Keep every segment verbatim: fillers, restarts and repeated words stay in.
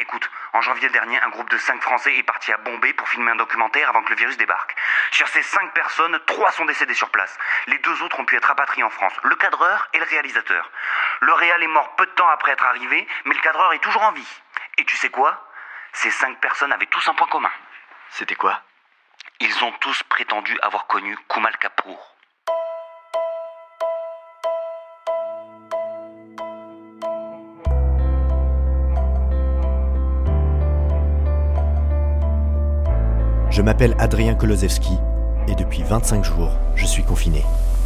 Écoute, en janvier dernier, un groupe de cinq Français est parti à Bombay pour filmer un documentaire avant que le virus débarque. Sur ces cinq personnes, trois sont décédées sur place. Les deux autres ont pu être rapatriés en France, le cadreur et le réalisateur. Le réal est mort peu de temps après être arrivé, mais le cadreur est toujours en vie. Et tu sais quoi ? Ces cinq personnes avaient tous un point commun. C'était quoi ? Ils ont tous prétendu avoir connu Kumal Kapoor. Je m'appelle Adrien Kolosevski et depuis vingt-cinq jours, je suis confiné.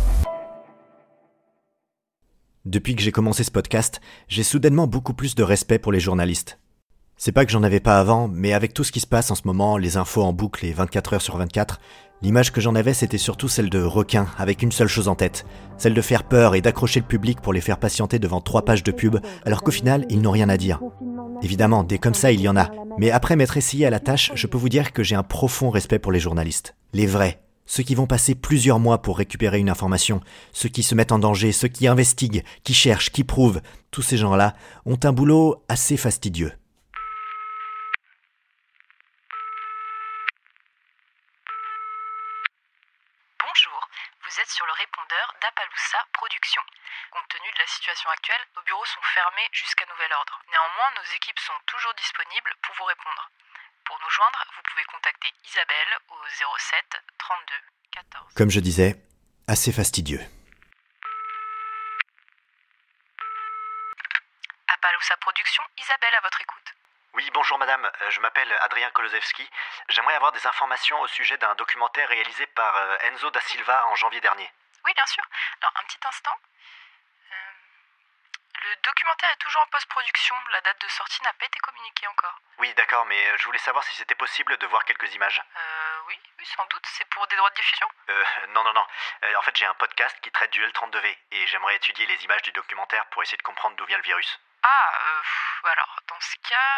Depuis que j'ai commencé ce podcast, j'ai soudainement beaucoup plus de respect pour les journalistes. C'est pas que j'en avais pas avant, mais avec tout ce qui se passe en ce moment, les infos en boucle et vingt-quatre heures sur vingt-quatre, l'image que j'en avais c'était surtout celle de requins avec une seule chose en tête, celle de faire peur et d'accrocher le public pour les faire patienter devant trois pages de pub, alors qu'au final, ils n'ont rien à dire. Évidemment, des comme ça, il y en a. Mais après m'être essayé à la tâche, je peux vous dire que j'ai un profond respect pour les journalistes. Les vrais. Ceux qui vont passer plusieurs mois pour récupérer une information. Ceux qui se mettent en danger, ceux qui investiguent, qui cherchent, qui prouvent. Tous ces gens-là ont un boulot assez fastidieux. Bonjour, vous êtes sur le répondeur d'Appaloosa Productions. Compte tenu de la situation actuelle, nos bureaux sont fermés jusqu'à nouvel ordre. Néanmoins, nos équipes sont toujours disponibles pour vous répondre. Pour nous joindre, vous pouvez contacter Isabelle au zéro sept trente-deux quatorze. Comme je disais, assez fastidieux. Appaloosa Productions, Isabelle à votre écoute. Oui, bonjour madame, euh, je m'appelle Adrien Kolosevski. J'aimerais avoir des informations au sujet d'un documentaire réalisé par euh, Enzo da Silva en janvier dernier. Oui, bien sûr. Alors, un petit instant. Euh, le documentaire est toujours en post-production. La date de sortie n'a pas été communiquée encore. Oui, d'accord, mais euh, je voulais savoir si c'était possible de voir quelques images. Euh, oui, oui, sans doute. C'est pour des droits de diffusion ? Euh, non, non, non. Euh, en fait, j'ai un podcast qui traite du L trente-deux V et j'aimerais étudier les images du documentaire pour essayer de comprendre d'où vient le virus. Ah, euh, pff, alors, dans ce cas,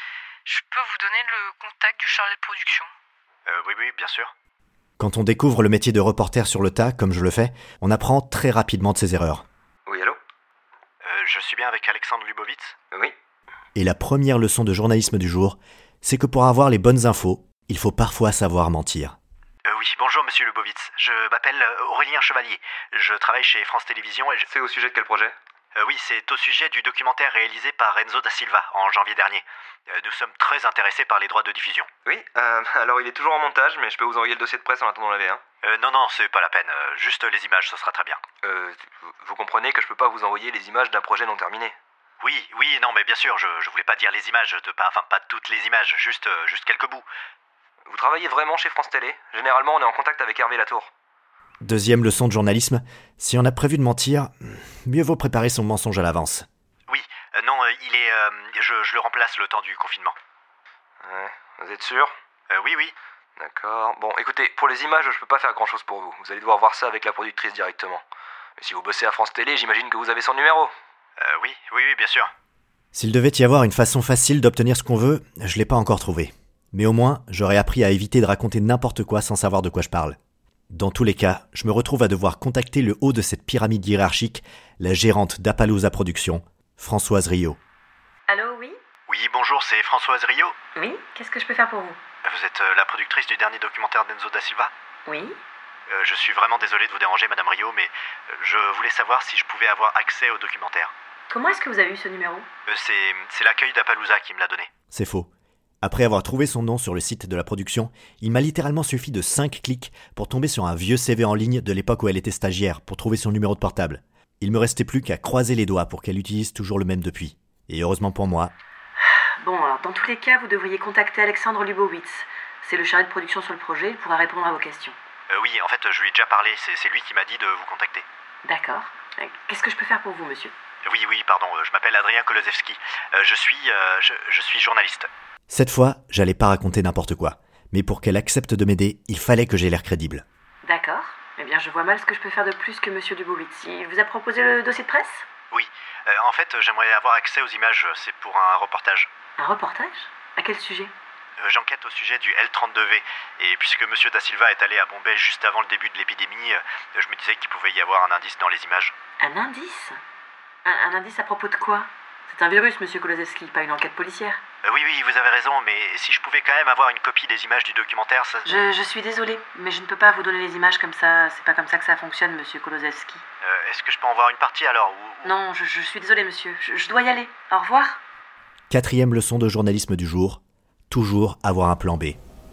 je peux vous donner le contact du chargé de production. Euh, oui, oui, bien sûr. Quand on découvre le métier de reporter sur le tas, comme je le fais, on apprend très rapidement de ses erreurs. Oui, allô ? euh, Je suis bien avec Alexandre Lubovitz ? Oui. Et la première leçon de journalisme du jour, c'est que pour avoir les bonnes infos, il faut parfois savoir mentir. Euh, oui, bonjour monsieur Lubovitz. Je m'appelle euh, Aurélien Chevalier. Je travaille chez France Télévisions et je... C'est au sujet de quel projet ? Euh, oui, c'est au sujet du documentaire réalisé par Enzo da Silva en janvier dernier. Euh, nous sommes très intéressés par les droits de diffusion. Oui, euh, alors il est toujours en montage, mais je peux vous envoyer le dossier de presse en attendant la V un. Euh, non, non, c'est pas la peine. Euh, juste les images, ce sera très bien. Euh, vous comprenez que je peux pas vous envoyer les images d'un projet non terminé ? Oui, oui, non, mais bien sûr, je, je voulais pas dire les images, de pas, enfin pas toutes les images, juste, euh, juste quelques bouts. Vous travaillez vraiment chez France Télé ? Généralement, on est en contact avec Hervé Latour. Deuxième leçon de journalisme, si on a prévu de mentir, mieux vaut préparer son mensonge à l'avance. Oui, euh, non, euh, il est, euh, je, je le remplace le temps du confinement. Ouais, vous êtes sûr ? Euh, oui, oui. D'accord. Bon, écoutez, pour les images, je peux pas faire grand chose pour vous. Vous allez devoir voir ça avec la productrice directement. Mais si vous bossez à France Télé, j'imagine que vous avez son numéro. Euh, oui, oui, oui, bien sûr. S'il devait y avoir une façon facile d'obtenir ce qu'on veut, je l'ai pas encore trouvé. Mais au moins, j'aurais appris à éviter de raconter n'importe quoi sans savoir de quoi je parle. Dans tous les cas, je me retrouve à devoir contacter le haut de cette pyramide hiérarchique, la gérante d'Appaloosa Productions, Françoise Rio. Allô, oui ? Oui, bonjour, c'est Françoise Rio. Oui, qu'est-ce que je peux faire pour vous ? Vous êtes euh, la productrice du dernier documentaire d'Enzo da Silva ? Oui ? Euh, je suis vraiment désolé de vous déranger, Madame Rio, mais euh, je voulais savoir si je pouvais avoir accès au documentaire. Comment est-ce que vous avez eu ce numéro ? Euh, c'est, c'est l'accueil d'Appaloosa qui me l'a donné. C'est faux. Après avoir trouvé son nom sur le site de la production, il m'a littéralement suffi de cinq clics pour tomber sur un vieux C V en ligne de l'époque où elle était stagiaire pour trouver son numéro de portable. Il me restait plus qu'à croiser les doigts pour qu'elle utilise toujours le même depuis. Et heureusement pour moi... Bon, alors dans tous les cas, vous devriez contacter Alexandre Lubovitz. C'est le chargé de production sur le projet, il pourra répondre à vos questions. Euh, oui, en fait, je lui ai déjà parlé, c'est, c'est lui qui m'a dit de vous contacter. D'accord. Euh, Qu'est-ce que je peux faire pour vous, monsieur ? Oui, oui, pardon, euh, je m'appelle Adrien Kolosevski. Euh, je suis, euh, je, je suis journaliste. Cette fois, j'allais pas raconter n'importe quoi. Mais pour qu'elle accepte de m'aider, il fallait que j'aie l'air crédible. D'accord. Eh bien, je vois mal ce que je peux faire de plus que monsieur Lubovitz. Il vous a proposé le dossier de presse ? Oui, euh, en fait, j'aimerais avoir accès aux images, c'est pour un reportage. Un reportage ? À quel sujet ? Euh, j'enquête au sujet du L trente-deux V, et puisque monsieur da Silva est allé à Bombay juste avant le début de l'épidémie, euh, je me disais qu'il pouvait y avoir un indice dans les images. Un indice ? un, un indice à propos de quoi ? C'est un virus, monsieur Kolosevski, pas une enquête policière. Euh, oui, oui, vous avez raison, mais si je pouvais quand même avoir une copie des images du documentaire, ça... Je, je suis désolée, mais je ne peux pas vous donner les images comme ça. C'est pas comme ça que ça fonctionne, monsieur Kolosevski. Euh, est-ce que je peux en voir une partie alors ou... Non, je, je suis désolée, monsieur. Je, je dois y aller. Au revoir. Quatrième leçon de journalisme du jour, toujours avoir un plan B.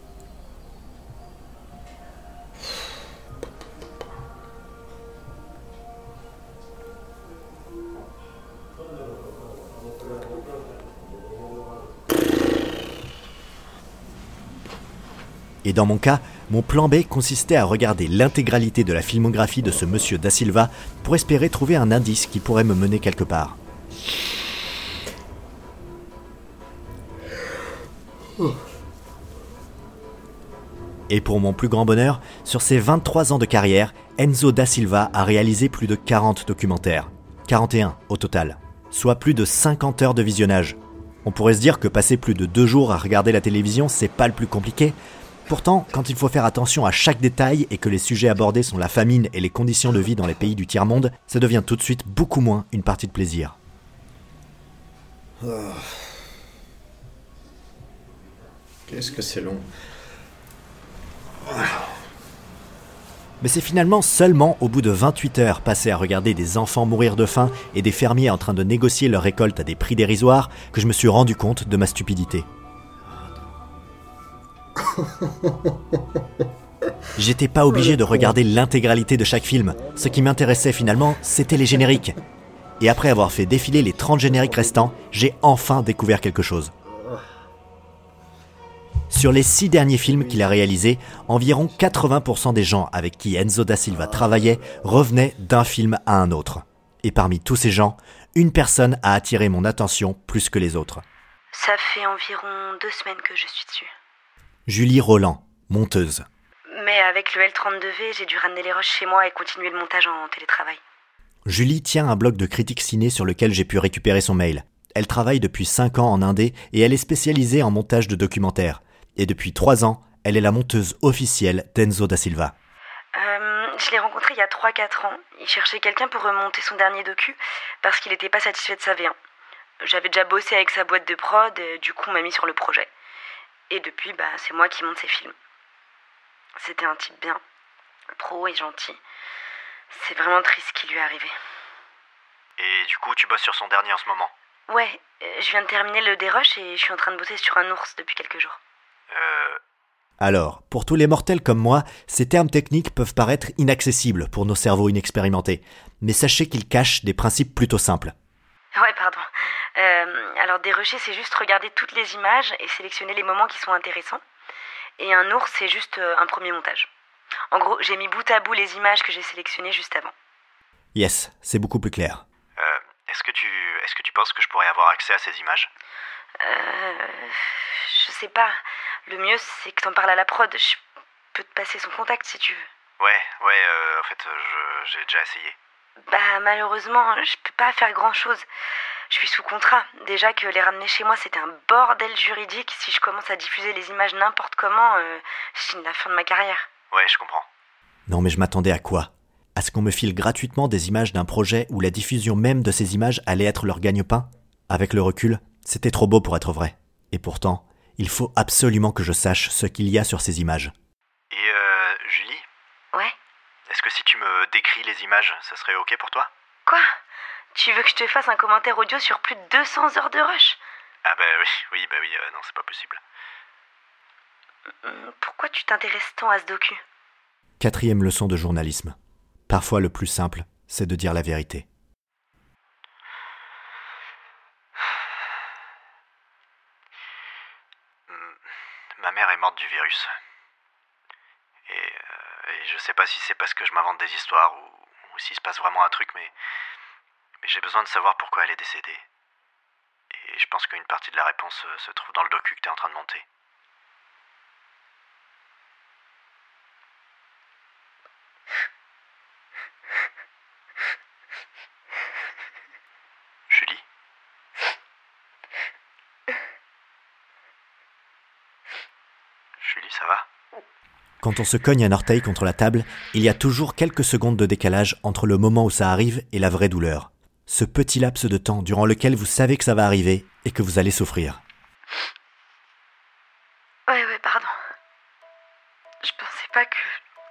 Et dans mon cas, mon plan B consistait à regarder l'intégralité de la filmographie de ce monsieur Da Silva pour espérer trouver un indice qui pourrait me mener quelque part. Et pour mon plus grand bonheur, sur ses vingt-trois ans de carrière, Enzo Da Silva a réalisé plus de quarante documentaires. quarante et un au total, soit plus de cinquante heures de visionnage. On pourrait se dire que passer plus de deux jours à regarder la télévision, c'est pas le plus compliqué. Pourtant, quand il faut faire attention à chaque détail et que les sujets abordés sont la famine et les conditions de vie dans les pays du tiers-monde, ça devient tout de suite beaucoup moins une partie de plaisir. Oh. Qu'est-ce que c'est long. Mais c'est finalement seulement au bout de vingt-huit heures passées à regarder des enfants mourir de faim et des fermiers en train de négocier leur récolte à des prix dérisoires que je me suis rendu compte de ma stupidité. J'étais pas obligé de regarder l'intégralité de chaque film. Ce qui m'intéressait finalement, c'était les génériques. Et après avoir fait défiler les trente génériques restants, j'ai enfin découvert quelque chose. Sur les six derniers films qu'il a réalisés, environ quatre-vingts pour cent des gens avec qui Enzo Da Silva travaillait revenaient d'un film à un autre. Et parmi tous ces gens, une personne a attiré mon attention plus que les autres. Ça fait environ deux semaines que je suis dessus. Julie Roland, monteuse. Mais avec le L trente-deux V, j'ai dû ramener les rushs chez moi et continuer le montage en télétravail. Julie tient un blog de critique ciné sur lequel j'ai pu récupérer son mail. Elle travaille depuis cinq ans en indé et elle est spécialisée en montage de documentaires. Et depuis trois ans, elle est la monteuse officielle d'Enzo Da Silva. Euh, je l'ai rencontré il y a trois quatre ans. Il cherchait quelqu'un pour remonter son dernier docu parce qu'il n'était pas satisfait de sa V un. J'avais déjà bossé avec sa boîte de prod, et du coup on m'a mis sur le projet. Et depuis, bah, c'est moi qui monte ses films. C'était un type bien, pro et gentil. C'est vraiment triste ce qui lui est arrivé. Et du coup, tu bosses sur son dernier en ce moment? Ouais, je viens de terminer le dérush et je suis en train de bosser sur un ours depuis quelques jours. Euh... Alors, pour tous les mortels comme moi, ces termes techniques peuvent paraître inaccessibles pour nos cerveaux inexpérimentés. Mais sachez qu'ils cachent des principes plutôt simples. Ouais, pardon. Euh, alors, dérusher, c'est juste regarder toutes les images et sélectionner les moments qui sont intéressants. Et un ours, c'est juste euh, un premier montage. En gros, j'ai mis bout à bout les images que j'ai sélectionnées juste avant. Yes, c'est beaucoup plus clair. Euh, est-ce que tu, est-ce que tu penses que je pourrais avoir accès à ces images? Euh... Je sais pas. Le mieux, c'est que t'en parles à la prod. Je peux te passer son contact si tu veux. Ouais, ouais, euh, en fait, je, j'ai déjà essayé. Bah, malheureusement, je peux pas faire grand-chose. Je suis sous contrat. Déjà que les ramener chez moi, c'était un bordel juridique. Si je commence à diffuser les images n'importe comment, euh, je signe la fin de ma carrière. Ouais, je comprends. Non mais je m'attendais à quoi? À ce qu'on me file gratuitement des images d'un projet où la diffusion même de ces images allait être leur gagne-pain? Avec le recul, c'était trop beau pour être vrai. Et pourtant, il faut absolument que je sache ce qu'il y a sur ces images. Et euh, Julie? Ouais? Est-ce que si tu me décris les images, ça serait ok pour toi? Quoi? Tu veux que je te fasse un commentaire audio sur plus de deux cents heures de rush? Ah bah oui, oui, bah oui, euh, non, c'est pas possible. Pourquoi tu t'intéresses tant à ce docu? Quatrième leçon de journalisme. Parfois le plus simple, c'est de dire la vérité. Ma mère est morte du virus. Et, euh, et je sais pas si c'est parce que je m'invente des histoires ou, ou s'il se passe vraiment un truc, mais, mais j'ai besoin de savoir pourquoi elle est décédée. Et je pense qu'une partie de la réponse se, se trouve dans le docu que t'es en train de monter. Julie? Julie, ça va? Quand on se cogne un orteil contre la table, il y a toujours quelques secondes de décalage entre le moment où ça arrive et la vraie douleur. Ce petit laps de temps durant lequel vous savez que ça va arriver et que vous allez souffrir. Ouais, ouais, pardon. Je pensais pas que...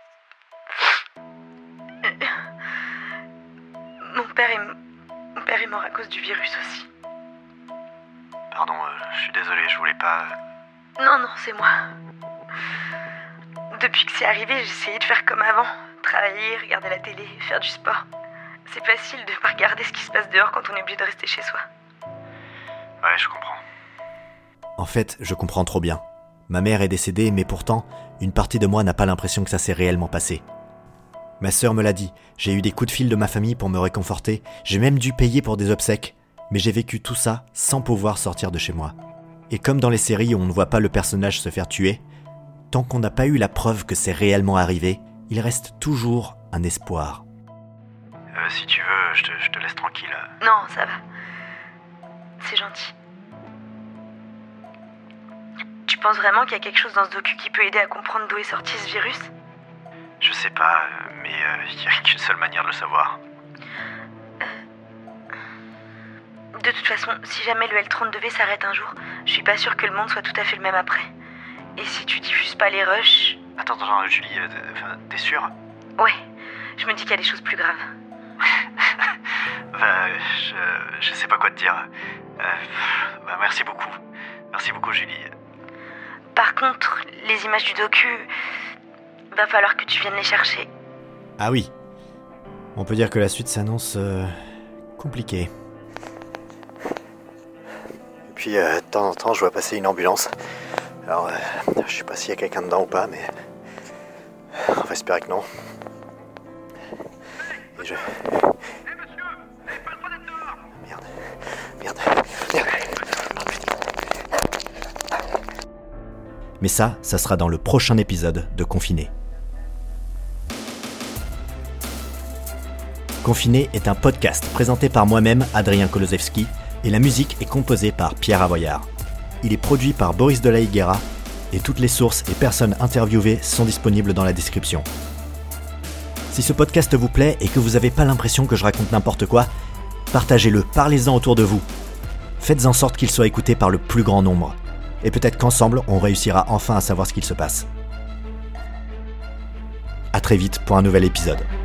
Mon père est... Mon père est mort à cause du virus aussi. Pardon, euh, je suis désolé, je voulais pas... Non, non, c'est moi. Depuis que c'est arrivé, j'ai essayé de faire comme avant. Travailler, regarder la télé, faire du sport. C'est facile de pas regarder ce qui se passe dehors quand on est obligé de rester chez soi. Ouais, je comprends. En fait, je comprends trop bien. Ma mère est décédée, mais pourtant, une partie de moi n'a pas l'impression que ça s'est réellement passé. Ma sœur me l'a dit, j'ai eu des coups de fil de ma famille pour me réconforter, j'ai même dû payer pour des obsèques, mais j'ai vécu tout ça sans pouvoir sortir de chez moi. Et comme dans les séries où on ne voit pas le personnage se faire tuer, tant qu'on n'a pas eu la preuve que c'est réellement arrivé, il reste toujours un espoir. Euh, si tu veux, je te, je te laisse tranquille. Non, ça va. C'est gentil. Tu penses vraiment qu'il y a quelque chose dans ce docu qui peut aider à comprendre d'où est sorti ce virus ? Je sais pas, mais il n'y a qu'une seule manière de le savoir. De toute façon, si jamais le L trente-deux V s'arrête un jour, je suis pas sûre que le monde soit tout à fait le même après. Et si tu diffuses pas les rushs... Attends, attends, Julie, euh, t'es sûre ? Ouais, je me dis qu'il y a des choses plus graves. Bah, je, je sais pas quoi te dire. Euh, bah, merci beaucoup. Merci beaucoup, Julie. Par contre, les images du docu... Va falloir que tu viennes les chercher. Ah oui. On peut dire que la suite s'annonce... Euh, compliquée. Et puis, euh, de temps en temps, je vois passer une ambulance. Alors, euh, je sais pas s'il y a quelqu'un dedans ou pas, mais... On va espérer que non. Et je... Merde. Merde. Merde. Mais ça, ça sera dans le prochain épisode de Confiné. Confiné est un podcast présenté par moi-même, Adrien Kolosevski, et la musique est composée par Pierre Avoyard. Il est produit par Boris de la Higuera, et toutes les sources et personnes interviewées sont disponibles dans la description. Si ce podcast vous plaît et que vous n'avez pas l'impression que je raconte n'importe quoi, partagez-le, parlez-en autour de vous. Faites en sorte qu'il soit écouté par le plus grand nombre. Et peut-être qu'ensemble, on réussira enfin à savoir ce qu'il se passe. À très vite pour un nouvel épisode.